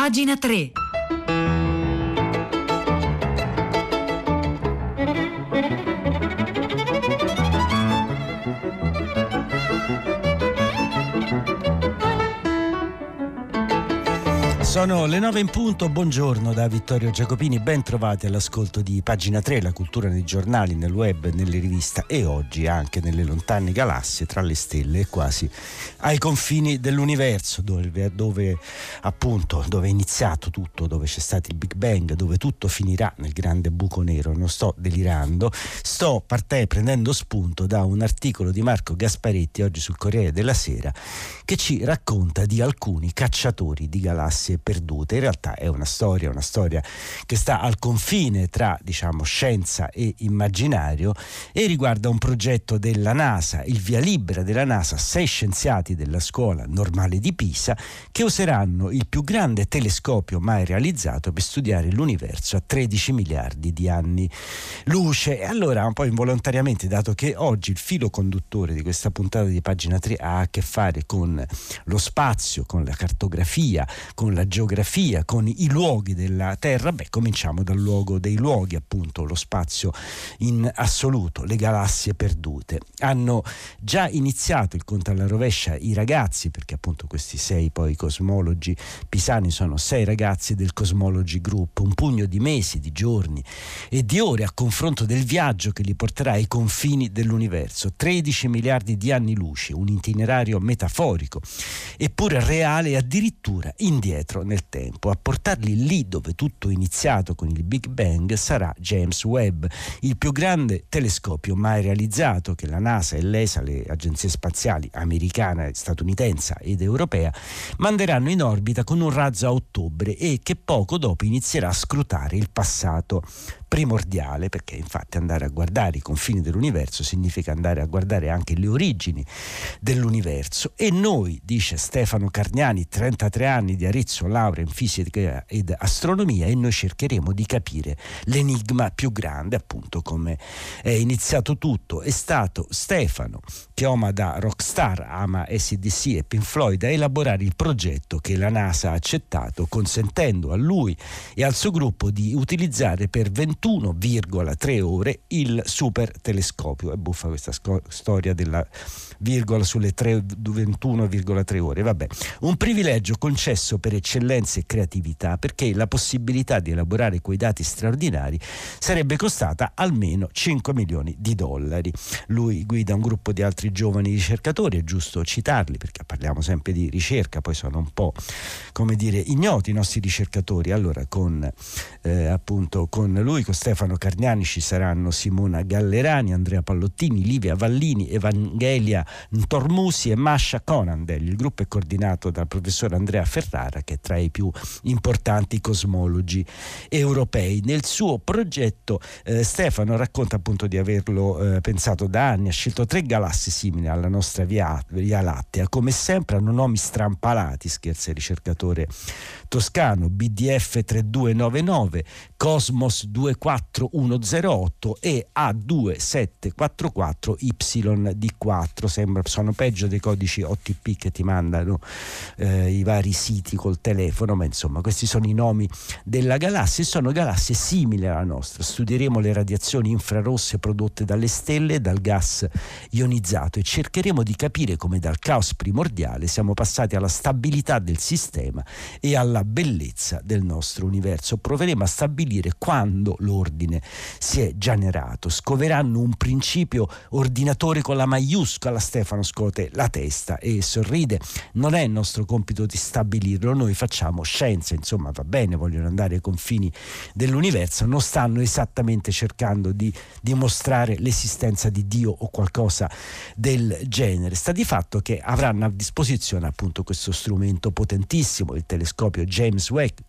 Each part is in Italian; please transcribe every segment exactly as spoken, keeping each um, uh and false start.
Pagina tre. Sono le nove in punto, buongiorno da Vittorio Giacopini, ben trovati all'ascolto di Pagina tre, la cultura nei giornali, nel web, nelle riviste e oggi anche nelle lontane galassie tra le stelle e quasi ai confini dell'universo, dove, dove appunto dove è iniziato tutto, dove c'è stato il Big Bang, dove tutto finirà nel grande buco nero. Non sto delirando, sto partendo prendendo spunto da un articolo di Marco Gasparetti oggi sul Corriere della Sera che ci racconta di alcuni cacciatori di galassie perdute. In realtà è una storia, una storia che sta al confine tra, diciamo, scienza e immaginario e riguarda un progetto della NASA, il via libera della NASA, sei scienziati della scuola normale di Pisa che useranno il più grande telescopio mai realizzato per studiare l'universo a tredici miliardi di anni luce. E allora, un po' involontariamente, dato che oggi il filo conduttore di questa puntata di Pagina tre ha a che fare con lo spazio, con la cartografia, con la geografia, con i luoghi della Terra, beh, cominciamo dal luogo dei luoghi, appunto, lo spazio in assoluto, le galassie perdute. Hanno già iniziato il conto alla rovescia i ragazzi, perché appunto questi sei poi cosmologi pisani sono sei ragazzi del Cosmology Group, un pugno di mesi, di giorni e di ore a confronto del viaggio che li porterà ai confini dell'universo, tredici miliardi di anni luce, un itinerario metaforico eppure reale e addirittura indietro nel tempo. A portarli lì dove tutto è iniziato con il Big Bang sarà James Webb, il più grande telescopio mai realizzato che la NASA e l'E S A, le agenzie spaziali americana, statunitense ed europea, manderanno in orbita con un razzo a ottobre e che poco dopo inizierà a scrutare il passato primordiale, perché infatti andare a guardare i confini dell'universo significa andare a guardare anche le origini dell'universo. E noi, dice Stefano Carniani, trentatré anni di Arezzo, laurea in fisica ed astronomia, e noi cercheremo di capire l'enigma più grande, appunto come è iniziato tutto. È stato Stefano che ama da rockstar, ama A C D C e Pink Floyd, a elaborare il progetto che la NASA ha accettato, consentendo a lui e al suo gruppo di utilizzare per ventuno virgola tre ore il super telescopio. È buffa questa sco- storia della virgola sulle tre, ventuno virgola tre ore, vabbè, un privilegio concesso per eccellenza e creatività, perché la possibilità di elaborare quei dati straordinari sarebbe costata almeno cinque milioni di dollari. Lui guida un gruppo di altri giovani ricercatori, è giusto citarli perché parliamo sempre di ricerca, poi sono un po', come dire, ignoti i nostri ricercatori. Allora con eh, appunto con lui, con Stefano Carniani, ci saranno Simona Gallerani, Andrea Pallottini, Livia Vallini, Evangelia Ntormusi e Masha Conandel. Il gruppo è coordinato dal professor Andrea Ferrara, che è tra i più importanti cosmologi europei. Nel suo progetto eh, Stefano racconta appunto di averlo eh, pensato da anni, ha scelto tre galassie simili alla nostra via, via Lattea, come sempre hanno nomi strampalati, scherza il ricercatore toscano: B D F trentadue novantanove, Cosmos ventiquattromilazotto e A due sette quattro quattro Y D quattro. Sembra, sono peggio dei codici O T P che ti mandano eh, i vari siti col telefono, ma insomma questi sono i nomi della galassia e sono galassie simili alla nostra. Studieremo le radiazioni infrarosse prodotte dalle stelle e dal gas ionizzato e cercheremo di capire come dal caos primordiale siamo passati alla stabilità del sistema e alla bellezza del nostro universo. Proveremo a stabilire quando l'ordine si è generato. Scoveranno un principio ordinatore con la maiuscola. Stefano scuote la testa e sorride. Non è il nostro compito di stabilirlo, noi facciamo scienza, insomma va bene, vogliono andare ai confini dell'universo, non stanno esattamente cercando di dimostrare l'esistenza di Dio o qualcosa del genere. Sta di fatto che avranno a disposizione appunto questo strumento potentissimo, il telescopio James Webb,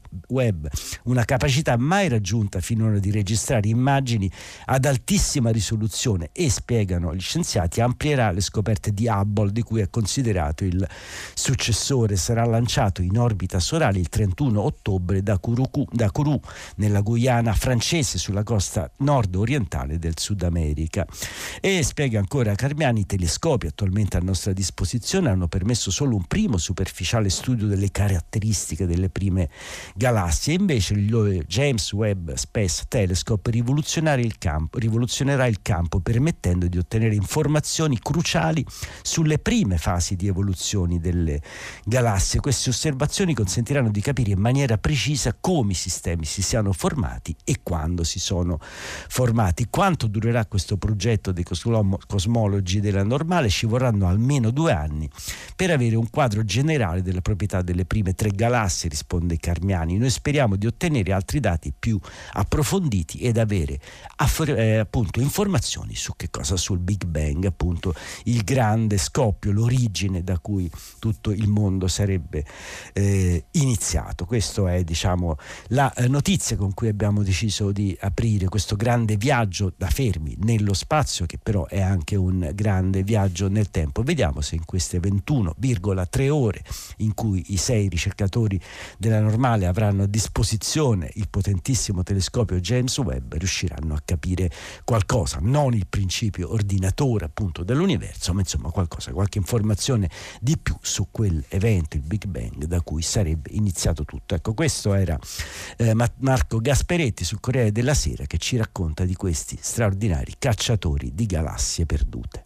Webb una capacità mai raggiunta finora di registrare immagini ad altissima risoluzione e, spiegano gli scienziati, amplierà le scoperte di Hubble, di cui è considerato il successore. Sarà lanciato in orbita solare il trentuno ottobre da Kourou, da Kourou nella Guyana francese, sulla costa nord-orientale del Sud America. E, spiega ancora Carmiani, i telescopi attualmente a nostra disposizione hanno permesso solo un primo superficiale studio delle caratteristiche delle prime galassie. Invece il James Webb Space Telescope rivoluzionerà il campo, rivoluzionerà il campo permettendo di ottenere informazioni cruciali sulle prime fasi di evoluzione delle galassie. Queste osservazioni consentiranno di capire in maniera precisa come i sistemi si siano formati e quando si sono formati. Quanto durerà questo progetto dei cosmologi della Normale? Ci vorranno almeno due anni per avere un quadro generale della proprietà delle prime tre galassie, risponde Carmiani. Noi speriamo di ottenere altri dati più approfonditi ed avere eh, appunto informazioni su che cosa, sul Big Bang, appunto il grande scoppio, l'origine da cui tutto il mondo sarebbe eh, iniziato. Questa è, diciamo, la eh, notizia con cui abbiamo deciso di aprire questo grande viaggio da Fermi nello spazio, che però è anche un grande viaggio nel tempo. Vediamo se in queste ventuno virgola tre ore in cui i sei ricercatori della Normale avranno a disposizione il potentissimo telescopio James Webb riusciranno a capire qualcosa, non il principio ordinatore appunto dell'universo, ma insomma qualcosa, qualche informazione di più su quell'evento, il Big Bang, da cui sarebbe iniziato tutto. Ecco, questo era eh, Marco Gasperetti sul Corriere della Sera, che ci racconta di questi straordinari cacciatori di galassie perdute.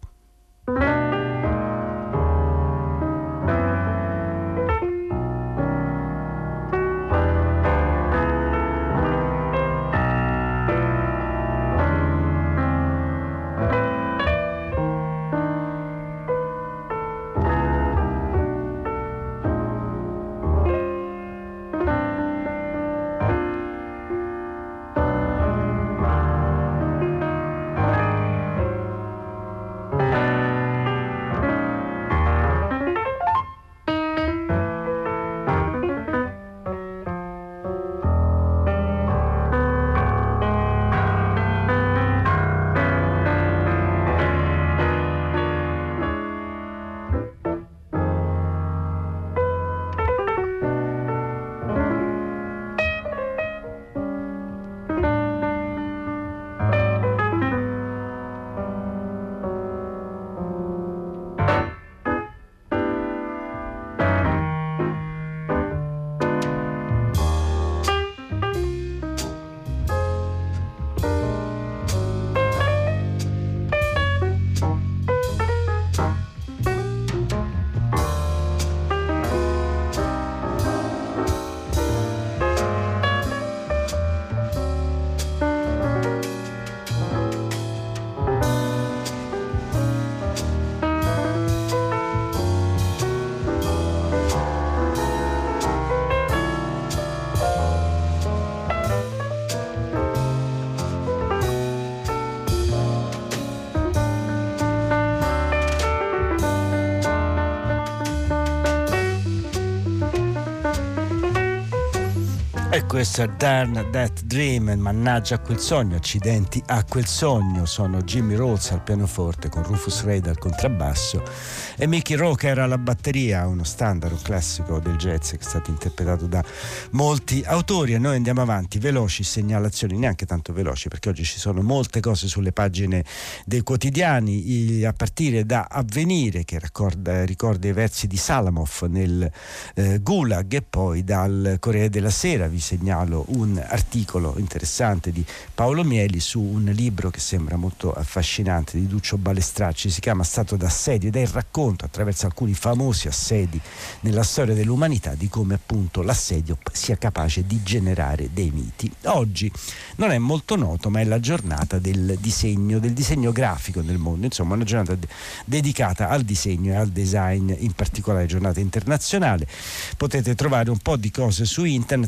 E questo è Darn That Dream, mannaggia a quel sogno, accidenti a quel sogno. Sono Jimmy Rhodes al pianoforte con Rufus Reid al contrabbasso e Mickey Rocker alla batteria, uno standard, un classico del jazz che è stato interpretato da molti autori. E noi andiamo avanti, veloci segnalazioni, neanche tanto veloci perché oggi ci sono molte cose sulle pagine dei quotidiani, a partire da Avvenire che raccorda, ricorda i versi di Salamov nel eh, Gulag, e poi dal Corriere della Sera vi segnalo un articolo interessante di Paolo Mieli su un libro che sembra molto affascinante di Duccio Balestracci, si chiama Stato d'assedio, ed è il racconto attraverso alcuni famosi assedi nella storia dell'umanità di come appunto l'assedio sia capace di generare dei miti. Oggi non è molto noto, ma è la giornata del disegno, del disegno grafico nel mondo, insomma una giornata de- dedicata al disegno e al design, in particolare giornata internazionale. Potete trovare un po' di cose su internet, dal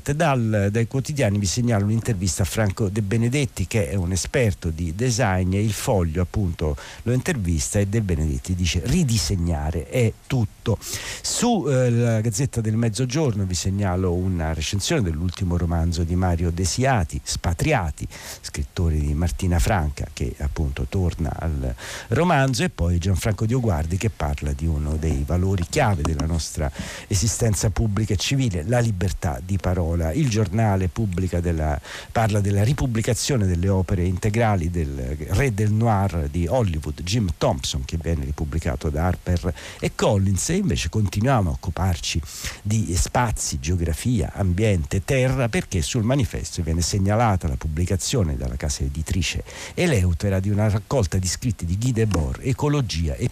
dal, dai quotidiani vi segnalo un'intervista a Franco De Benedetti, che è un esperto di design, e il Foglio appunto lo intervista e De Benedetti dice: ridisegnare è tutto. Sulla eh, Gazzetta del Mezzogiorno vi segnalo una recensione dell'ultimo romanzo di Mario Desiati, Spatriati, scrittore di Martina Franca, che appunto torna al romanzo, e poi Gianfranco Dioguardi che parla di uno dei valori chiave della nostra esistenza pubblica e civile, la libertà di parola. Il Giornale pubblica della, parla della ripubblicazione delle opere integrali del re del noir di Hollywood, Jim Thompson, che viene ripubblicato da Harper e Collins, e invece continuiamo a occuparci di spazi, geografia, ambiente, terra, perché sul Manifesto viene segnalata la pubblicazione dalla casa editrice Eleutera di una raccolta di scritti di Guy Debord, Ecologia e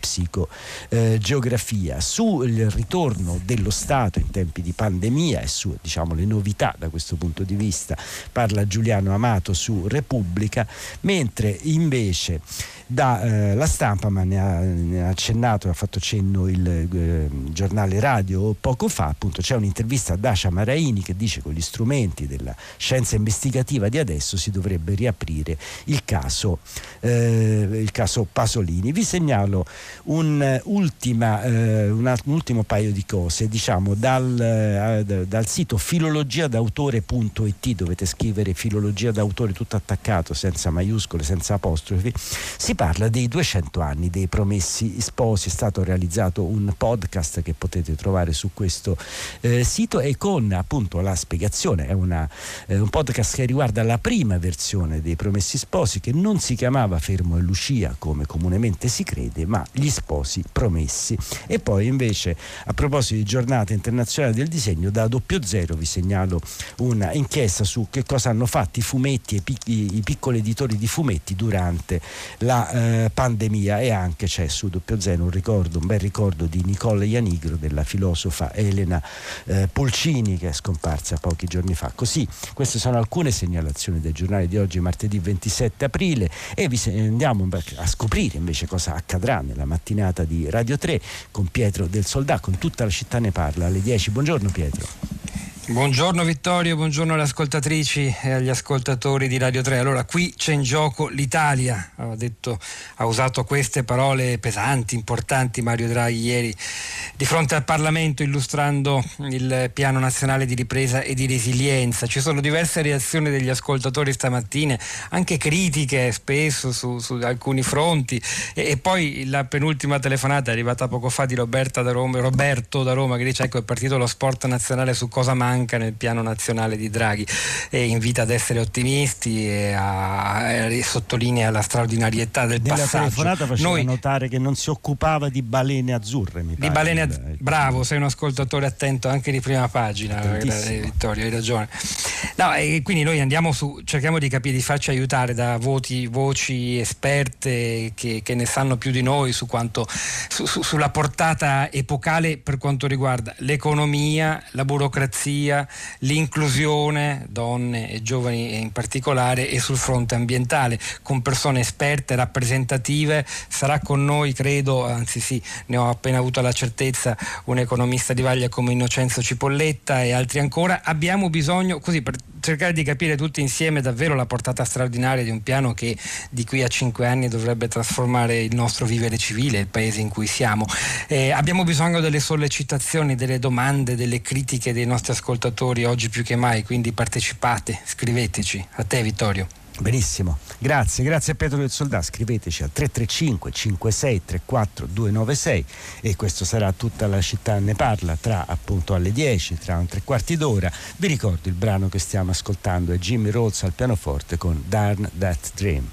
Psicogeografia, sul ritorno dello Stato in tempi di pandemia e su, diciamo, le novità da questo punto di vista parla Giuliano Amato su Repubblica, mentre invece da eh, La Stampa, ma ne ha, ne ha accennato, ha fatto cenno il eh, giornale radio poco fa, appunto c'è un'intervista a Dacia Maraini che dice: con gli strumenti della scienza investigativa di adesso si dovrebbe riaprire il caso eh, il caso Pasolini. Vi segnalo un, ultima, eh, un, un ultimo paio di cose, diciamo dal, eh, dal sito filologia d'autore punto it, dovete scrivere filologia d'autore tutto attaccato, senza maiuscole, senza apostrofi. Si parla dei duecento anni dei Promessi Sposi, è stato realizzato un podcast che potete trovare su questo eh, sito, e con appunto la spiegazione, è una, eh, un podcast che riguarda la prima versione dei Promessi Sposi, che non si chiamava Fermo e Lucia come comunemente si crede, ma Gli Sposi Promessi. E poi invece, a proposito di giornata internazionale del disegno, da Doppio Zero vi segnalo una inchiesta su che cosa hanno fatto i fumetti e pic- i, i piccoli editori di fumetti durante la eh, pandemia, e anche c'è su Doppio Zero un ricordo, un bel ricordo di Nicole Ianigro, della filosofa Elena eh, Polcini, che è scomparsa pochi giorni fa. Così, queste sono alcune segnalazioni dei giornali di oggi, martedì ventisette aprile, e vi andiamo a scoprire invece cosa accadrà nella mattinata di Radio tre con Pietro del Soldà, con Tutta la città ne parla alle dieci. Buongiorno Pietro. Buongiorno Vittorio, buongiorno alle ascoltatrici e agli ascoltatori di Radio tre. Allora, qui c'è in gioco l'Italia, ha detto, ha usato queste parole pesanti, importanti Mario Draghi ieri di fronte al Parlamento, illustrando il Piano Nazionale di Ripresa e di Resilienza. Ci sono diverse reazioni degli ascoltatori stamattina, anche critiche spesso su, su alcuni fronti, e, e poi la penultima telefonata è arrivata poco fa di Roberta da Roma, Roberto da Roma, che dice: ecco, è partito lo sport nazionale, su cosa manca nel piano nazionale di Draghi, e invita ad essere ottimisti e, a, e sottolinea la straordinarietà del Nella passaggio. Nella telefonata faceva Noi, notare che non si occupava di balene azzurre, mi pare. Di balene azzurre, bravo, sei un ascoltatore attento anche di prima pagina, eh, Vittorio, hai ragione. No, e quindi noi andiamo su, cerchiamo di capire, di farci aiutare da voti, voci esperte che, che ne sanno più di noi su quanto su, su, sulla portata epocale per quanto riguarda l'economia, la burocrazia, l'inclusione, donne e giovani in particolare, e sul fronte ambientale, con persone esperte, rappresentative. Sarà con noi, credo, anzi sì, ne ho appena avuto la certezza, un economista di vaglia come Innocenzo Cipolletta e altri ancora. Abbiamo bisogno, così, per cercare di capire tutti insieme davvero la portata straordinaria di un piano che di qui a cinque anni dovrebbe trasformare il nostro vivere civile, il paese in cui siamo. Eh, abbiamo bisogno delle sollecitazioni, delle domande, delle critiche dei nostri ascoltatori oggi più che mai, quindi partecipate, scriveteci. A te Vittorio. Benissimo, grazie, grazie a Pietro del Soldà. Scriveteci al tre tre cinque cinque sei tre quattro due nove sei, e questo sarà Tutta la città ne parla tra appunto alle dieci, tra un tre quarti d'ora. Vi ricordo il brano che stiamo ascoltando è Jimmy Rhodes al pianoforte con Darn That Dream.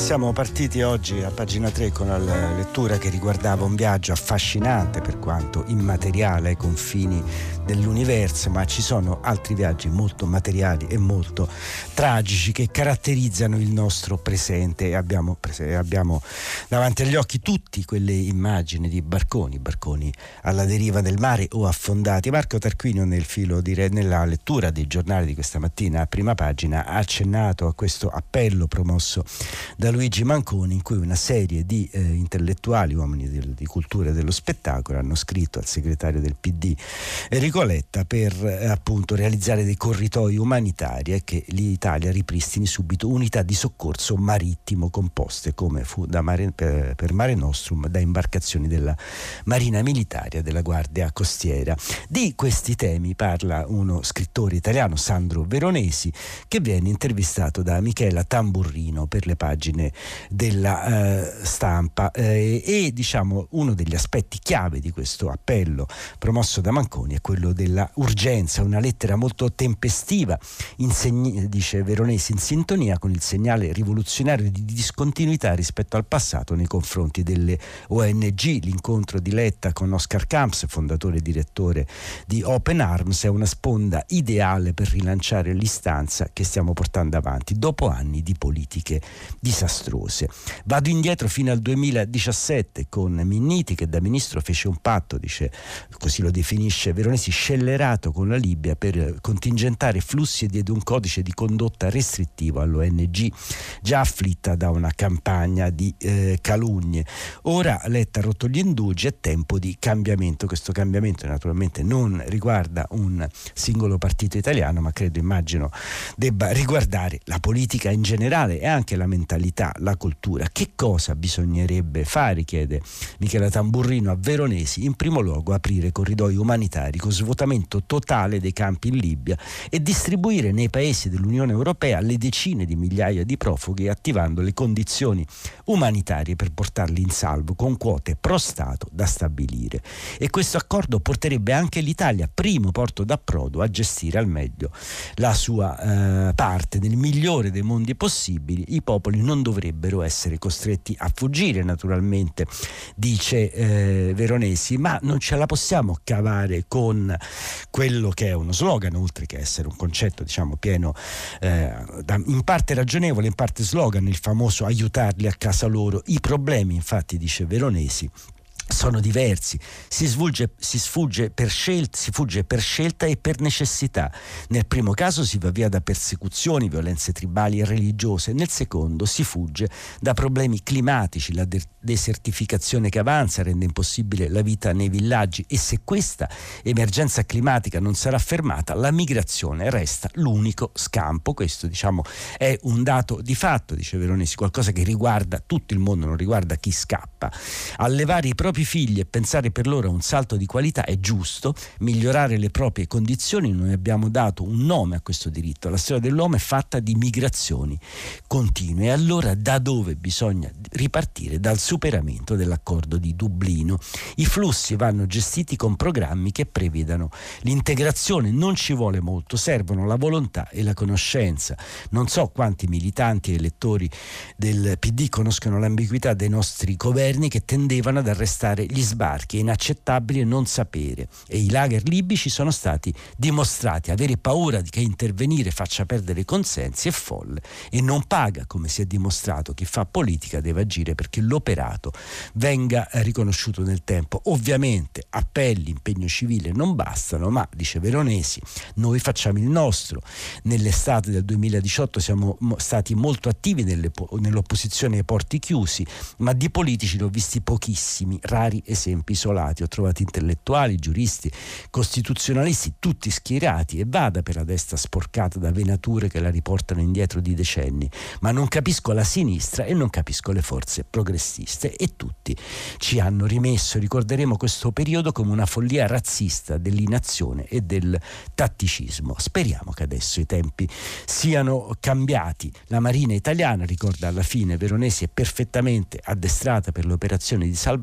siamo partiti oggi a pagina tre con la lettura che riguardava un viaggio affascinante, per quanto immateriale, ai confini dell'universo, ma ci sono altri viaggi molto materiali e molto tragici che caratterizzano il nostro presente, e abbiamo, abbiamo davanti agli occhi tutti quelle immagini di barconi, barconi alla deriva del mare o affondati. Marco Tarquinio, nel filo di re, nella lettura dei giornali di questa mattina a prima pagina, ha accennato a questo appello promosso da Luigi Manconi, in cui una serie di eh, intellettuali, uomini di, di cultura e dello spettacolo, hanno scritto al segretario del P D Enrico Letta per eh, appunto realizzare dei corridoi umanitari e che l'Italia ripristini subito unità di soccorso marittimo composte, come fu da Mare, per, per Mare Nostrum, da imbarcazioni della Marina Militare e della Guardia Costiera. Di questi temi parla uno scrittore italiano, Sandro Veronesi, che viene intervistato da Michela Tamburrino per le pagine della eh, Stampa eh, e diciamo uno degli aspetti chiave di questo appello promosso da Manconi è quello della urgenza, una lettera molto tempestiva, insegni, dice Veronesi, in sintonia con il segnale rivoluzionario di discontinuità rispetto al passato nei confronti delle O N G. L'incontro di Letta con Oscar Camps, fondatore e direttore di Open Arms, è una sponda ideale per rilanciare l'istanza che stiamo portando avanti dopo anni di politiche disastrose. Vado indietro fino al duemiladiciassette con Minniti, che da ministro fece un patto, dice, così lo definisce Veronesi, scellerato con la Libia per contingentare flussi e diede un codice di condotta restrittivo all'O N G già afflitta da una campagna di eh, calunnie. Ora Letta ha rotto gli indugi, è tempo di cambiamento. Questo cambiamento naturalmente non riguarda un singolo partito italiano, ma credo, immagino, debba riguardare la politica in generale e anche la mentalità, la cultura. Che cosa bisognerebbe fare, chiede Michela Tamburrino a Veronesi? In primo luogo aprire corridoi umanitari con svuotamento totale dei campi in Libia e distribuire nei paesi dell'Unione Europea le decine di migliaia di profughi, attivando le condizioni umanitarie per portarli in salvo con quote pro Stato da stabilire. E questo accordo porterebbe anche l'Italia, primo porto d'approdo, a gestire al meglio la sua eh, parte. Nel migliore dei mondi possibili i popoli non dovrebbero essere costretti a fuggire, naturalmente, dice eh, Veronesi, ma non ce la possiamo cavare con quello che è uno slogan, oltre che essere un concetto, diciamo, pieno eh, da, in parte ragionevole, in parte slogan, il famoso aiutarli a casa loro. I problemi, infatti, dice Veronesi, sono diversi, si, sfugge, si sfugge per scelta, si fugge per scelta e per necessità. Nel primo caso si va via da persecuzioni, violenze tribali e religiose, nel secondo si fugge da problemi climatici, la de- desertificazione che avanza rende impossibile la vita nei villaggi, e se questa emergenza climatica non sarà fermata, la migrazione resta l'unico scampo. Questo, diciamo, è un dato di fatto, dice Veronesi, qualcosa che riguarda tutto il mondo, non riguarda chi scappa. Allevare i propri figli e pensare per loro a un salto di qualità è giusto, migliorare le proprie condizioni. Noi abbiamo dato un nome a questo diritto. La storia dell'uomo è fatta di migrazioni continue, e allora da dove bisogna ripartire? Dal superamento dell'accordo di Dublino. I flussi vanno gestiti con programmi che prevedano l'integrazione. Non ci vuole molto, servono la volontà e la conoscenza. Non so quanti militanti e elettori del P D conoscono l'ambiguità dei nostri governi, che tendevano ad arrestare gli sbarchi. È inaccettabile non sapere, e i lager libici sono stati dimostrati. Avere paura di che intervenire faccia perdere consensi è folle e non paga. Come si è dimostrato, chi fa politica deve agire perché l'operato venga riconosciuto nel tempo. Ovviamente appelli, impegno civile non bastano, ma, dice Veronesi, noi facciamo il nostro. Nell'estate del duemiladiciotto siamo stati molto attivi nelle, nell'opposizione ai porti chiusi, ma di politici ne ho visti pochissimi, rari esempi isolati. Ho trovato intellettuali, giuristi, costituzionalisti, tutti schierati, e vada per la destra sporcata da venature che la riportano indietro di decenni, ma non capisco la sinistra e non capisco le forze progressiste, e tutti ci hanno rimesso. Ricorderemo questo periodo come una follia razzista dell'inazione e del tatticismo. Speriamo che adesso i tempi siano cambiati. La Marina italiana, ricorda alla fine Veronesi, è perfettamente addestrata per le operazioni di salvataggio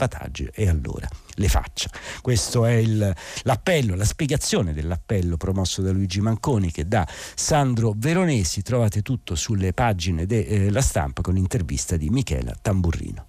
oggi, e allora le faccia. Questo è il, l'appello, la spiegazione dell'appello promosso da Luigi Manconi, che da Sandro Veronesi. Trovate tutto sulle pagine della Stampa con l'intervista di Michela Tamburrino.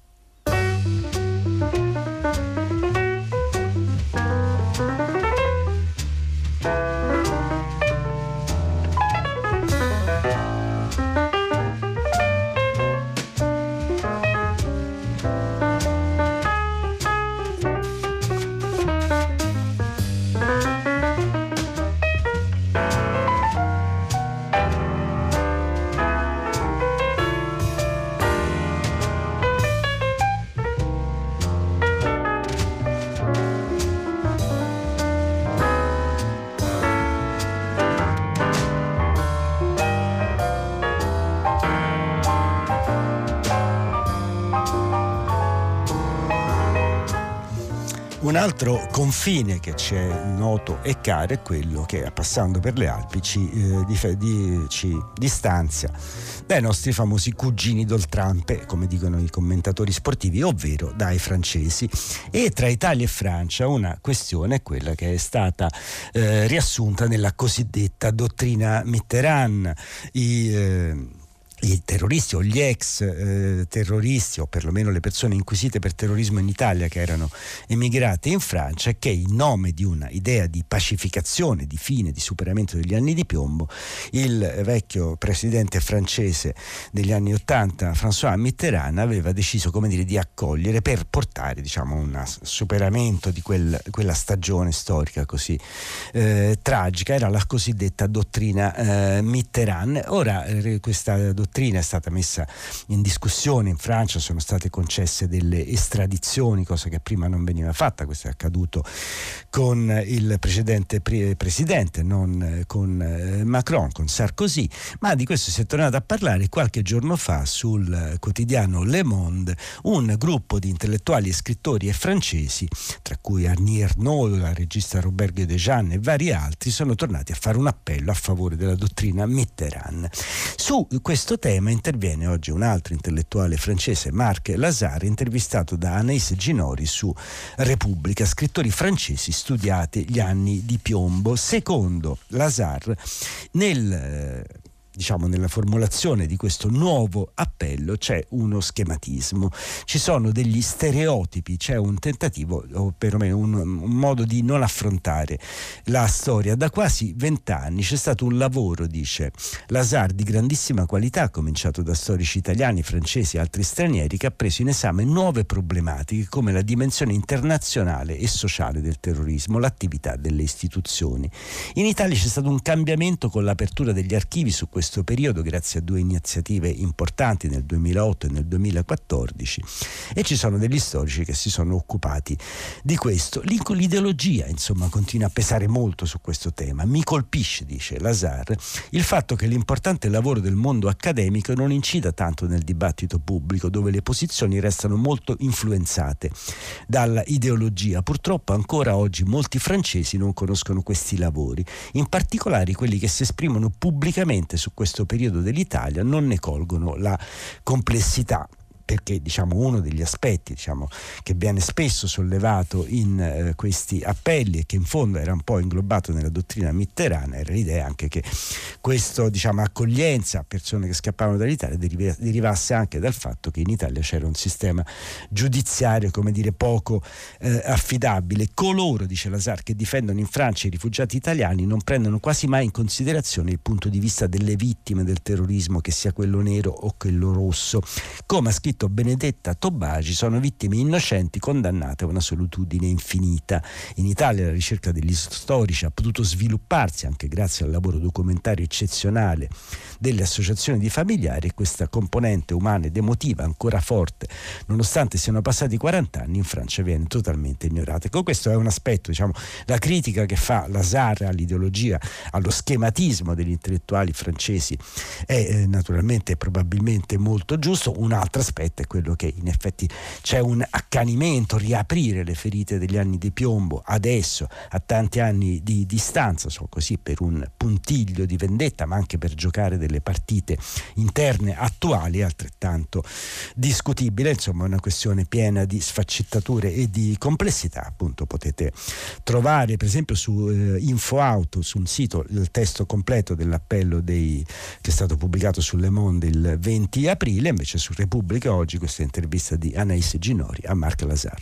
Un altro confine che ci è noto e caro è quello che, passando per le Alpi, ci, eh, di, di, ci distanzia dai nostri famosi cugini d'oltrampe, come dicono i commentatori sportivi, ovvero dai francesi. E tra Italia e Francia una questione è quella che è stata eh, riassunta nella cosiddetta dottrina Mitterrand. I, eh, I terroristi o gli ex eh, terroristi, o perlomeno le persone inquisite per terrorismo in Italia che erano emigrate in Francia, che in nome di una idea di pacificazione, di fine, di superamento degli anni di piombo, il vecchio presidente francese degli anni Ottanta, François Mitterrand, aveva deciso, come dire, di accogliere per portare, diciamo, un superamento di quel, quella stagione storica così eh, tragica. Era la cosiddetta dottrina eh, Mitterrand. Ora eh, questa dottrina è stata messa in discussione in Francia, sono state concesse delle estradizioni, cosa che prima non veniva fatta. Questo è accaduto con il precedente pre- presidente, non con eh, Macron, con Sarkozy, ma di questo si è tornato a parlare qualche giorno fa sul quotidiano Le Monde. Un gruppo di intellettuali e scrittori e francesi, tra cui Annie Ernaux, la regista Robert Guédejean e vari altri, sono tornati a fare un appello a favore della dottrina Mitterrand. Su questo tema interviene oggi un altro intellettuale francese, Marc Lazare, intervistato da Anaïs Ginori su Repubblica. Scrittori francesi studiati gli anni di piombo. Secondo Lazare, nel diciamo nella formulazione di questo nuovo appello c'è uno schematismo, ci sono degli stereotipi, c'è un tentativo, o perlomeno un, un modo di non affrontare la storia. Da quasi vent'anni c'è stato un lavoro, dice Lazare, di grandissima qualità, cominciato da storici italiani, francesi e altri stranieri, che ha preso in esame nuove problematiche come la dimensione internazionale e sociale del terrorismo, l'attività delle istituzioni. In Italia c'è stato un cambiamento con l'apertura degli archivi su questo questo periodo, grazie a due iniziative importanti nel duemilaotto e nel duemilaquattordici, e ci sono degli storici che si sono occupati di questo. L'ideologia, insomma, continua a pesare molto su questo tema. Mi colpisce, dice Lazare, il fatto che l'importante lavoro del mondo accademico non incida tanto nel dibattito pubblico, dove le posizioni restano molto influenzate dalla ideologia. Purtroppo ancora oggi molti francesi non conoscono questi lavori, in particolare quelli che si esprimono pubblicamente su questo periodo dell'Italia non ne colgono la complessità. Perché, diciamo, uno degli aspetti, diciamo, che viene spesso sollevato in eh, questi appelli, e che in fondo era un po' inglobato nella dottrina Mitterrand, era l'idea anche che questo, diciamo, accoglienza a persone che scappavano dall'Italia deriv- derivasse anche dal fatto che in Italia c'era un sistema giudiziario, come dire, poco eh, affidabile. Coloro, dice Lazare, che difendono in Francia i rifugiati italiani non prendono quasi mai in considerazione il punto di vista delle vittime del terrorismo, che sia quello nero o quello rosso. Come ha scritto Benedetta Tobagi, sono vittime innocenti condannate a una solitudine infinita. In Italia la ricerca degli storici ha potuto svilupparsi anche grazie al lavoro documentario eccezionale delle associazioni di familiari, e questa componente umana ed emotiva, ancora forte nonostante siano passati quaranta anni, in Francia viene totalmente ignorata. Ecco, questo è un aspetto, diciamo, la critica che fa Lazare all'ideologia, allo schematismo degli intellettuali francesi è eh, naturalmente probabilmente molto giusto. Un altro aspetto aspetta è quello che in effetti c'è un accanimento, riaprire le ferite degli anni di piombo adesso, a tanti anni di distanza, so così, per un puntiglio di vendetta, ma anche per giocare delle partite interne attuali, altrettanto discutibile. Insomma, è una questione piena di sfaccettature e di complessità. Appunto, potete trovare per esempio su eh, InfoAuto, su un sito, il testo completo dell'appello dei, che è stato pubblicato su Le Monde il venti aprile, invece su Repubblica oggi questa intervista di Anaïs Ginori a Marc Lazar.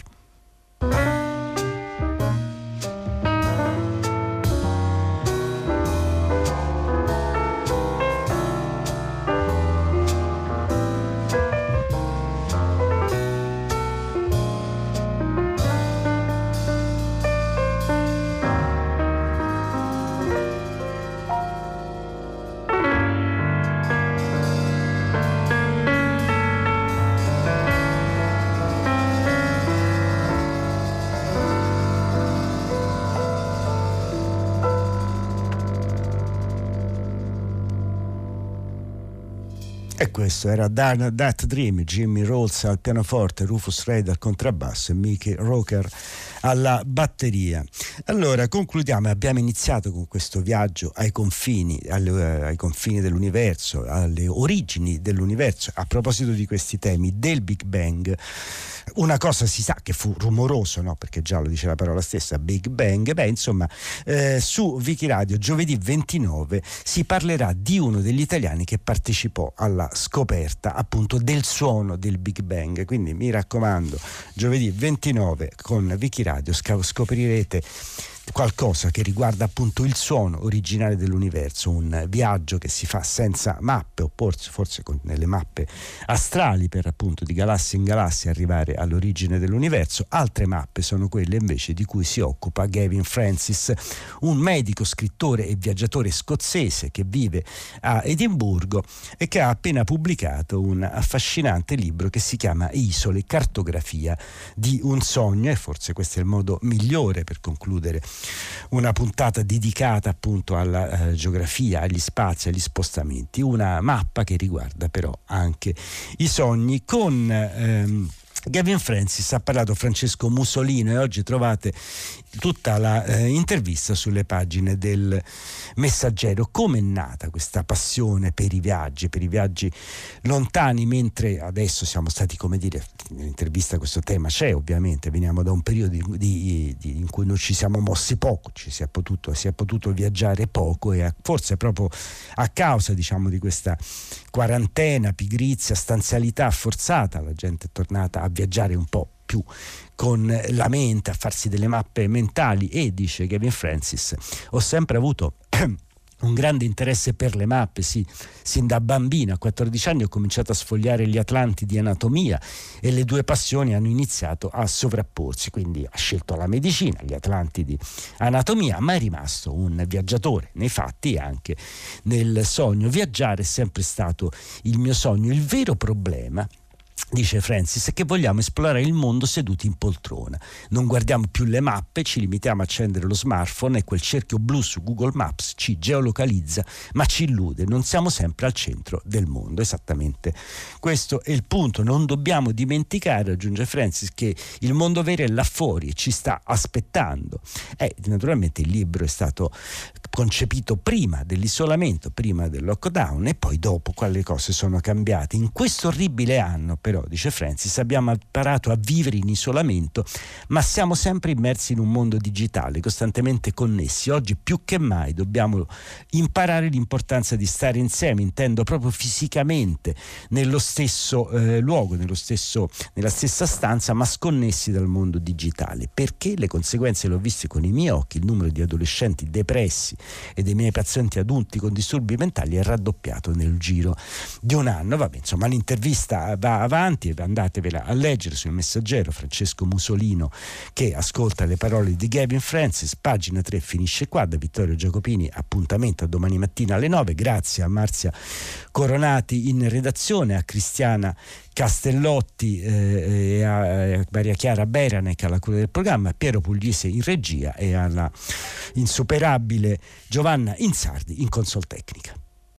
E questo era That Dream, Jimmy Rolls al pianoforte, Rufus Reid al contrabbasso e Mickey Roker alla batteria. Allora concludiamo, abbiamo iniziato con questo viaggio ai confini, alle, ai confini dell'universo, alle origini dell'universo. A proposito di questi temi del Big Bang, una cosa si sa che fu rumoroso, no? Perché già lo dice la parola stessa, Big Bang. Beh, insomma, eh, su Wikiradio giovedì ventinove si parlerà di uno degli italiani che partecipò alla scoperta appunto del suono del Big Bang. Quindi mi raccomando, giovedì ventinove con Wikiradio scoprirete qualcosa che riguarda appunto il suono originale dell'universo, un viaggio che si fa senza mappe, o forse, forse con nelle mappe astrali, per appunto di galassia in galassia arrivare all'origine dell'universo. Altre mappe sono quelle invece di cui si occupa Gavin Francis, un medico, scrittore e viaggiatore scozzese che vive a Edimburgo e che ha appena pubblicato un affascinante libro che si chiama Isole, cartografia di un sogno, e forse questo è il modo migliore per concludere una puntata dedicata appunto alla eh, geografia, agli spazi, agli spostamenti. Una mappa che riguarda però anche i sogni. Con ehm, Gavin Francis ha parlato Francesco Musolino e oggi trovate tutta la eh, intervista sulle pagine del Messaggero. Come è nata questa passione per i viaggi, per i viaggi lontani, mentre adesso siamo stati, come dire, nell'intervista questo tema c'è ovviamente, veniamo da un periodo di, di, di, in cui noi ci siamo mossi poco, ci si è potuto, si è potuto viaggiare poco, e a, forse proprio a causa, diciamo, di questa quarantena, pigrizia, stanzialità forzata, la gente è tornata a viaggiare un po' più con la mente, a farsi delle mappe mentali. E dice Gavin Francis: ho sempre avuto un grande interesse per le mappe, sì, sin da bambino. A quattordici anni ho cominciato a sfogliare gli Atlanti di anatomia e le due passioni hanno iniziato a sovrapporsi. Quindi ha scelto la medicina, gli Atlanti di anatomia, ma è rimasto un viaggiatore nei fatti e anche nel sogno. Viaggiare è sempre stato il mio sogno. Il vero problema, dice Francis, è che vogliamo esplorare il mondo seduti in poltrona. Non guardiamo più le mappe, ci limitiamo a accendere lo smartphone e quel cerchio blu su Google Maps ci geolocalizza, ma ci illude. Non siamo sempre al centro del mondo. Esattamente questo è il punto. Non dobbiamo dimenticare, aggiunge Francis, che il mondo vero è là fuori e ci sta aspettando. E naturalmente il libro è stato concepito prima dell'isolamento, prima del lockdown, e poi dopo quelle cose sono cambiate. In questo orribile anno però, dice Francis, abbiamo imparato a vivere in isolamento, ma siamo sempre immersi in un mondo digitale, costantemente connessi. Oggi più che mai dobbiamo imparare l'importanza di stare insieme, intendo proprio fisicamente, nello stesso eh, luogo, nello stesso, nella stessa stanza, ma sconnessi dal mondo digitale. Perché le conseguenze le ho viste con i miei occhi. Il numero di adolescenti depressi e dei miei pazienti adulti con disturbi mentali è raddoppiato nel giro di un anno. Vabbè, insomma, l'intervista va avanti e andatevela a leggere sul Messaggero. Francesco Musolino che ascolta le parole di Gavin Francis. Pagina tre finisce qua. Da Vittorio Giacopini appuntamento a domani mattina alle nove. Grazie a Marzia Coronati in redazione, a Cristiana Castellotti eh, e a Maria Chiara Beranec alla cura del programma, a Piero Pugliese in regia e alla insuperabile Giovanna Insardi in console tecnica.